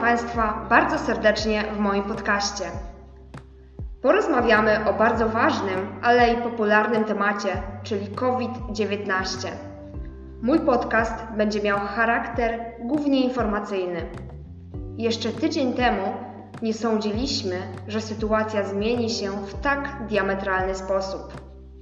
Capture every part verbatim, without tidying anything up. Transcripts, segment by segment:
Państwa bardzo serdecznie w moim podcaście. Porozmawiamy o bardzo ważnym, ale i popularnym temacie, czyli COVID dziewiętnaście. Mój podcast będzie miał charakter głównie informacyjny. Jeszcze tydzień temu nie sądziliśmy, że sytuacja zmieni się w tak diametralny sposób.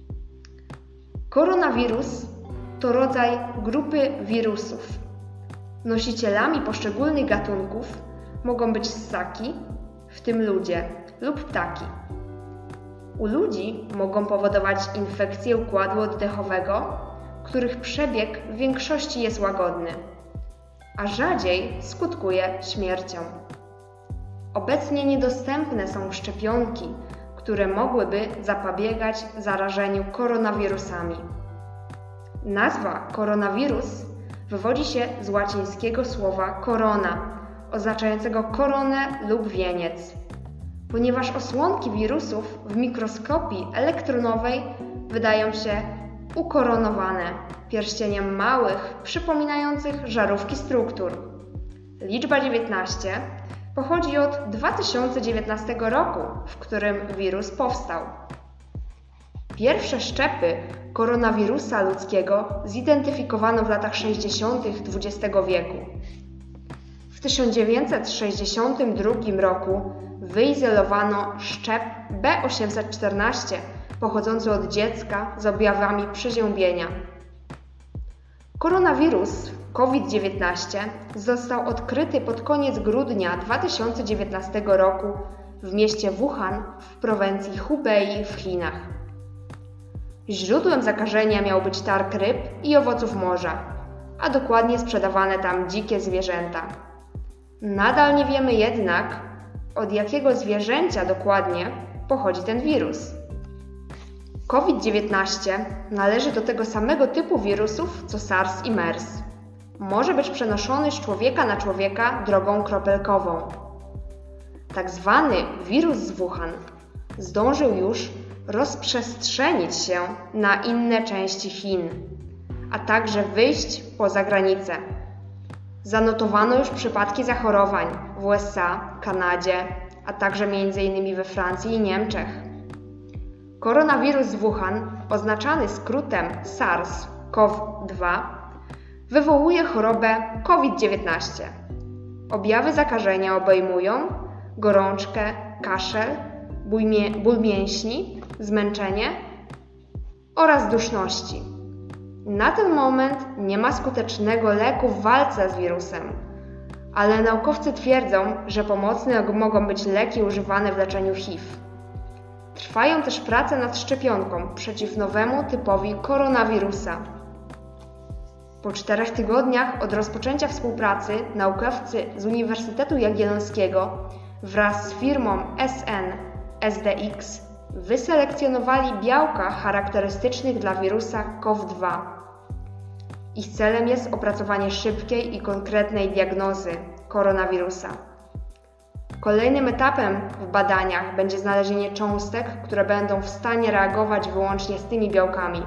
Koronawirus to rodzaj grupy wirusów. Nosicielami poszczególnych gatunków mogą być ssaki, w tym ludzie, lub ptaki. U ludzi mogą powodować infekcje układu oddechowego, których przebieg w większości jest łagodny, a rzadziej skutkuje śmiercią. Obecnie niedostępne są szczepionki, które mogłyby zapobiegać zarażeniu koronawirusami. Nazwa koronawirus wywodzi się z łacińskiego słowa corona, oznaczającego koronę lub wieniec, ponieważ osłonki wirusów w mikroskopii elektronowej wydają się ukoronowane pierścieniem małych, przypominających żarówki struktur. Liczba dziewiętnaście pochodzi od dwa tysiące dziewiętnastego roku, w którym wirus powstał. Pierwsze szczepy koronawirusa ludzkiego zidentyfikowano w latach sześćdziesiątych dwudziestego wieku. W tysiąc dziewięćset sześćdziesiątym drugim roku wyizolowano szczep B osiemset czternaście pochodzący od dziecka z objawami przeziębienia. Koronawirus COVID dziewiętnaście został odkryty pod koniec grudnia dwa tysiące dziewiętnastego roku w mieście Wuhan w prowincji Hubei w Chinach. Źródłem zakażenia miał być targ ryb i owoców morza, a dokładnie sprzedawane tam dzikie zwierzęta. Nadal nie wiemy jednak, od jakiego zwierzęcia dokładnie pochodzi ten wirus. COVID dziewiętnaście należy do tego samego typu wirusów co SARS i MERS. Może być przenoszony z człowieka na człowieka drogą kropelkową. Tak zwany wirus z Wuhan zdążył już rozprzestrzenić się na inne części Chin, a także wyjść poza granicę. Zanotowano już przypadki zachorowań w U S A, Kanadzie, a także między innymi we Francji i Niemczech. Koronawirus z Wuhan, oznaczany skrótem SARS CoV dwa, wywołuje chorobę COVID dziewiętnaście. Objawy zakażenia obejmują gorączkę, kaszel, ból mięśni, zmęczenie oraz duszności. Na ten moment nie ma skutecznego leku w walce z wirusem, ale naukowcy twierdzą, że pomocne mogą być leki używane w leczeniu H I V. Trwają też prace nad szczepionką przeciw nowemu typowi koronawirusa. Po czterech tygodniach od rozpoczęcia współpracy naukowcy z Uniwersytetu Jagiellońskiego wraz z firmą S N S D X wyselekcjonowali białka charakterystycznych dla wirusa CoV dwa. Ich celem jest opracowanie szybkiej i konkretnej diagnozy koronawirusa. Kolejnym etapem w badaniach będzie znalezienie cząstek, które będą w stanie reagować wyłącznie z tymi białkami.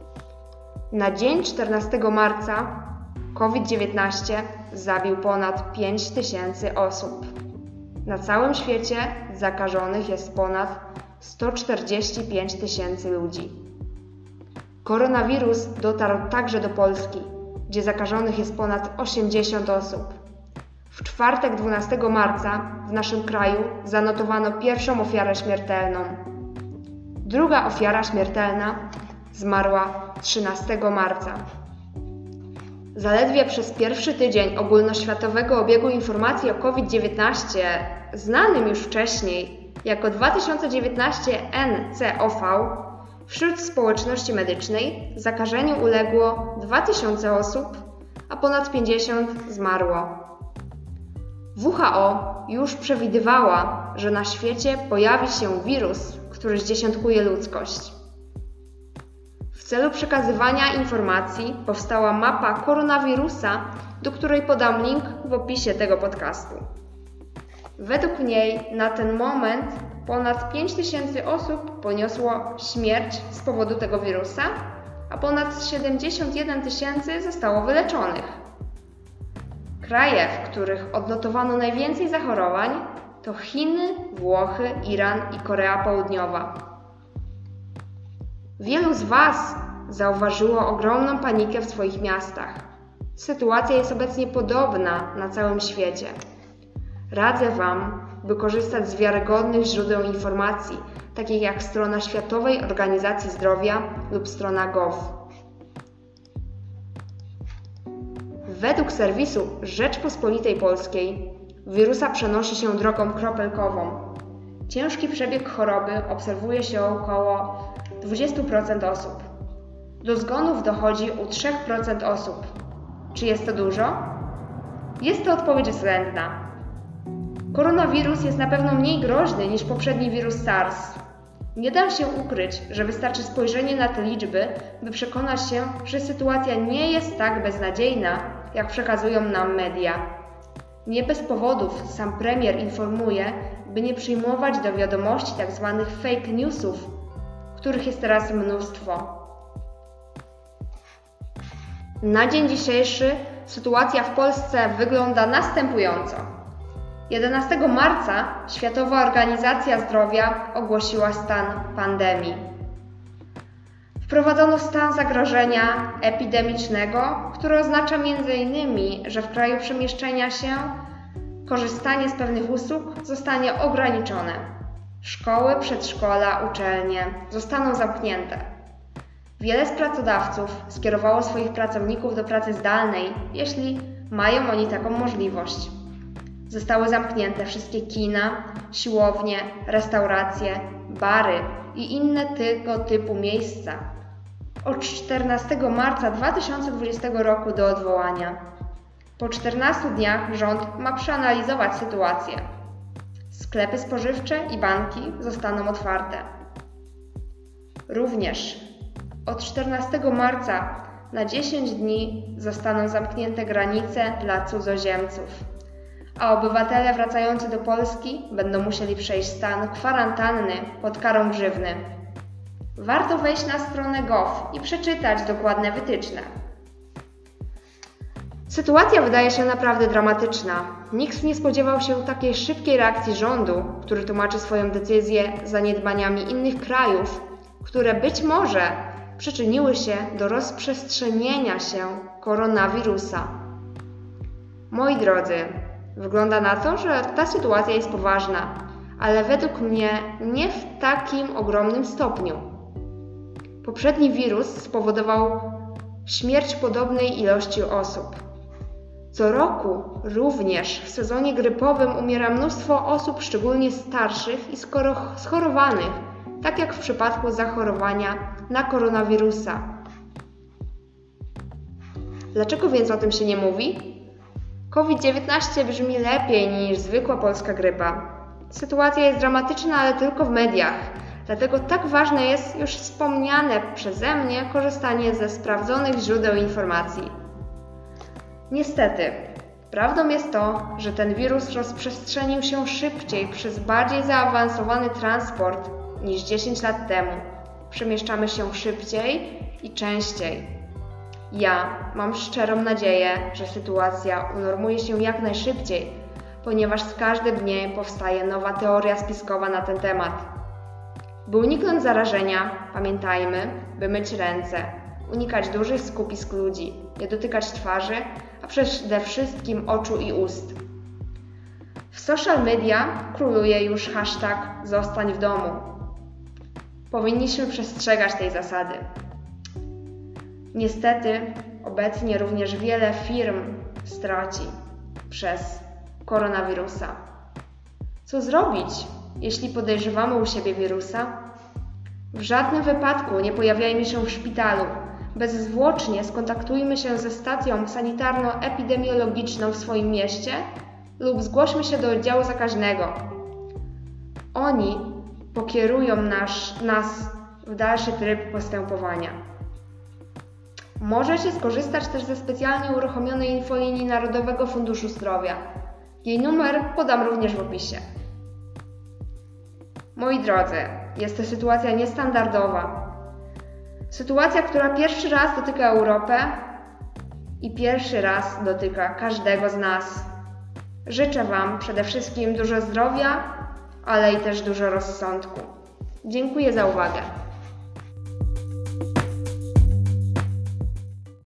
Na dzień czternastego marca COVID dziewiętnaście zabił ponad pięć tysięcy osób. Na całym świecie zakażonych jest ponad sto czterdzieści pięć tysięcy ludzi. Koronawirus dotarł także do Polski, gdzie zakażonych jest ponad osiemdziesiąt osób. W czwartek dwunastego marca w naszym kraju zanotowano pierwszą ofiarę śmiertelną. Druga ofiara śmiertelna zmarła trzynastego marca. Zaledwie przez pierwszy tydzień ogólnoświatowego obiegu informacji o COVID dziewiętnaście, znanym już wcześniej jako dwa tysiące dziewiętnaście N C O V, wśród społeczności medycznej zakażeniu uległo dwa tysiące osób, a ponad pięćdziesiąt zmarło. W H O już przewidywała, że na świecie pojawi się wirus, który zdziesiątkuje ludzkość. W celu przekazywania informacji powstała mapa koronawirusa, do której podam link w opisie tego podcastu. Według niej na ten moment ponad pięć tysięcy osób poniosło śmierć z powodu tego wirusa, a ponad siedemdziesiąt jeden tysięcy zostało wyleczonych. Kraje, w których odnotowano najwięcej zachorowań, to Chiny, Włochy, Iran i Korea Południowa. Wielu z Was zauważyło ogromną panikę w swoich miastach. Sytuacja jest obecnie podobna na całym świecie. Radzę Wam, by korzystać z wiarygodnych źródeł informacji, takich jak strona Światowej Organizacji Zdrowia lub strona gov. Według serwisu Rzeczpospolitej Polskiej wirusa przenosi się drogą kropelkową. Ciężki przebieg choroby obserwuje się u około dwadzieścia procent osób. Do zgonów dochodzi u trzy procent osób. Czy jest to dużo? Jest to odpowiedź względna. Koronawirus jest na pewno mniej groźny niż poprzedni wirus SARS. Nie dam się ukryć, że wystarczy spojrzenie na te liczby, by przekonać się, że sytuacja nie jest tak beznadziejna, jak przekazują nam media. Nie bez powodów sam premier informuje, by nie przyjmować do wiadomości tzw. fake newsów, których jest teraz mnóstwo. Na dzień dzisiejszy sytuacja w Polsce wygląda następująco. jedenastego marca Światowa Organizacja Zdrowia ogłosiła stan pandemii. Wprowadzono stan zagrożenia epidemicznego, który oznacza między innymi, że w kraju przemieszczenia się korzystanie z pewnych usług zostanie ograniczone. Szkoły, przedszkola, uczelnie zostaną zamknięte. Wiele z pracodawców skierowało swoich pracowników do pracy zdalnej, jeśli mają oni taką możliwość. Zostały zamknięte wszystkie kina, siłownie, restauracje, bary i inne tego typu miejsca. Od czternastego marca dwa tysiące dwudziestego roku do odwołania. Po czternastu dniach rząd ma przeanalizować sytuację. Sklepy spożywcze i banki zostaną otwarte. Również od czternastego marca na dziesięć dni zostaną zamknięte granice dla cudzoziemców, a obywatele wracający do Polski będą musieli przejść stan kwarantanny pod karą grzywny. Warto wejść na stronę gov i przeczytać dokładne wytyczne. Sytuacja wydaje się naprawdę dramatyczna. Nikt nie spodziewał się takiej szybkiej reakcji rządu, który tłumaczy swoją decyzję zaniedbaniami innych krajów, które być może przyczyniły się do rozprzestrzenienia się koronawirusa. Moi drodzy, wygląda na to, że ta sytuacja jest poważna, ale według mnie nie w takim ogromnym stopniu. Poprzedni wirus spowodował śmierć podobnej ilości osób. Co roku również w sezonie grypowym umiera mnóstwo osób, szczególnie starszych i schorowanych, tak jak w przypadku zachorowania na koronawirusa. Dlaczego więc o tym się nie mówi? COVID dziewiętnaście brzmi lepiej niż zwykła polska grypa. Sytuacja jest dramatyczna, ale tylko w mediach. Dlatego tak ważne jest już wspomniane przeze mnie korzystanie ze sprawdzonych źródeł informacji. Niestety, prawdą jest to, że ten wirus rozprzestrzenił się szybciej przez bardziej zaawansowany transport niż dziesięć lat temu. Przemieszczamy się szybciej i częściej. Ja mam szczerą nadzieję, że sytuacja unormuje się jak najszybciej, ponieważ z każdym dniem powstaje nowa teoria spiskowa na ten temat. By uniknąć zarażenia, pamiętajmy, by myć ręce, unikać dużych skupisk ludzi, nie dotykać twarzy, a przede wszystkim oczu i ust. W social media króluje już hashtag zostań w domu. Powinniśmy przestrzegać tej zasady. Niestety, obecnie również wiele firm straci przez koronawirusa. Co zrobić, jeśli podejrzewamy u siebie wirusa? W żadnym wypadku nie pojawiajmy się w szpitalu. Bezzwłocznie skontaktujmy się ze stacją sanitarno-epidemiologiczną w swoim mieście lub zgłośmy się do oddziału zakaźnego. Oni pokierują nasz, nas w dalszy tryb postępowania. Możecie skorzystać też ze specjalnie uruchomionej infolinii Narodowego Funduszu Zdrowia. Jej numer podam również w opisie. Moi drodzy, jest to sytuacja niestandardowa. Sytuacja, która pierwszy raz dotyka Europę i pierwszy raz dotyka każdego z nas. Życzę Wam przede wszystkim dużo zdrowia, ale i też dużo rozsądku. Dziękuję za uwagę.